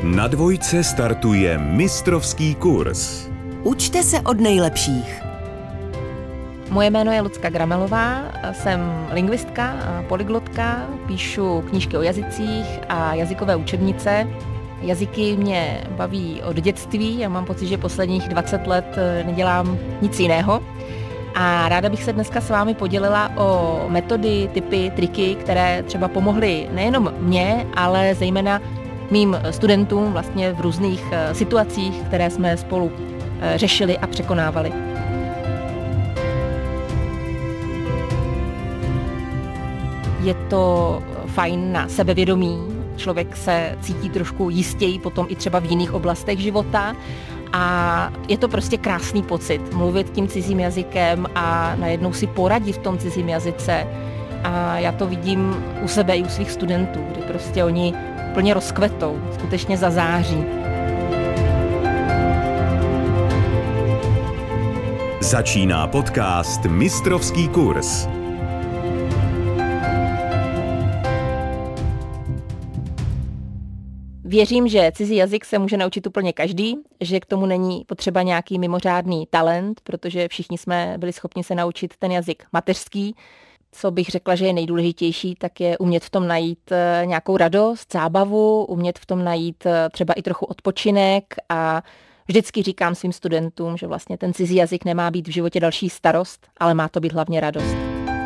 Na Dvojce startuje mistrovský kurz. Učte se od nejlepších. Moje jméno je Lucka Gramelová, jsem lingvistka a polyglotka, píšu knížky o jazycích a jazykové učebnice. Jazyky mě baví od dětství, já mám pocit, že posledních 20 let nedělám nic jiného. A ráda bych se dneska s vámi podělila o metody, tipy, triky, které třeba pomohly nejenom mně, ale zejména mým studentům vlastně v různých situacích, které jsme spolu řešili a překonávali. Je to fajn na sebevědomí, člověk se cítí trošku jistěji potom i třeba v jiných oblastech života a je to prostě krásný pocit mluvit tím cizím jazykem a najednou si poradit v tom cizím jazyce. A já to vidím u sebe i u svých studentů, kdy prostě oni plně rozkvetou, skutečně zazáří. Začíná podcast Mistrovský kurz. Věřím, že cizí jazyk se může naučit úplně každý, že k tomu není potřeba nějaký mimořádný talent, protože všichni jsme byli schopni se naučit ten jazyk mateřský. Co bych řekla, že je nejdůležitější, tak je umět v tom najít nějakou radost, zábavu, umět v tom najít třeba i trochu odpočinek a vždycky říkám svým studentům, že vlastně ten cizí jazyk nemá být v životě další starost, ale má to být hlavně radost.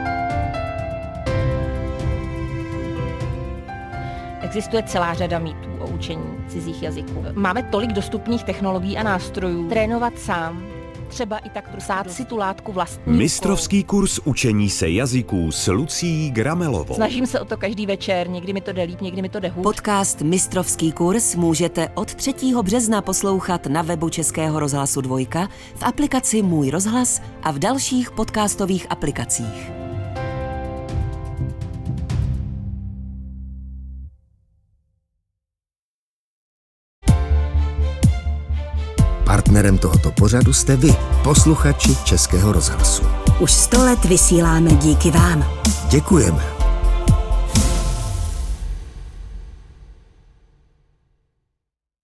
Existuje celá řada mýtů o učení cizích jazyků. Máme tolik dostupných technologií a nástrojů. Trénovat sám, třeba i tak psát si tu látku vlastní. Mistrovský kurz učení se jazyků s Lucí Gramelovou. Snažím se o to každý večer, někdy mi to jde líp, někdy mi to jde hůř. Podcast Mistrovský kurz můžete od 3. března poslouchat na webu Českého rozhlasu Dvojka, v aplikaci Můj rozhlas a v dalších podcastových aplikacích. Partnerem tohoto pořadu jste vy, posluchači Českého rozhlasu. Už 100 let vysíláme díky vám. Děkujeme.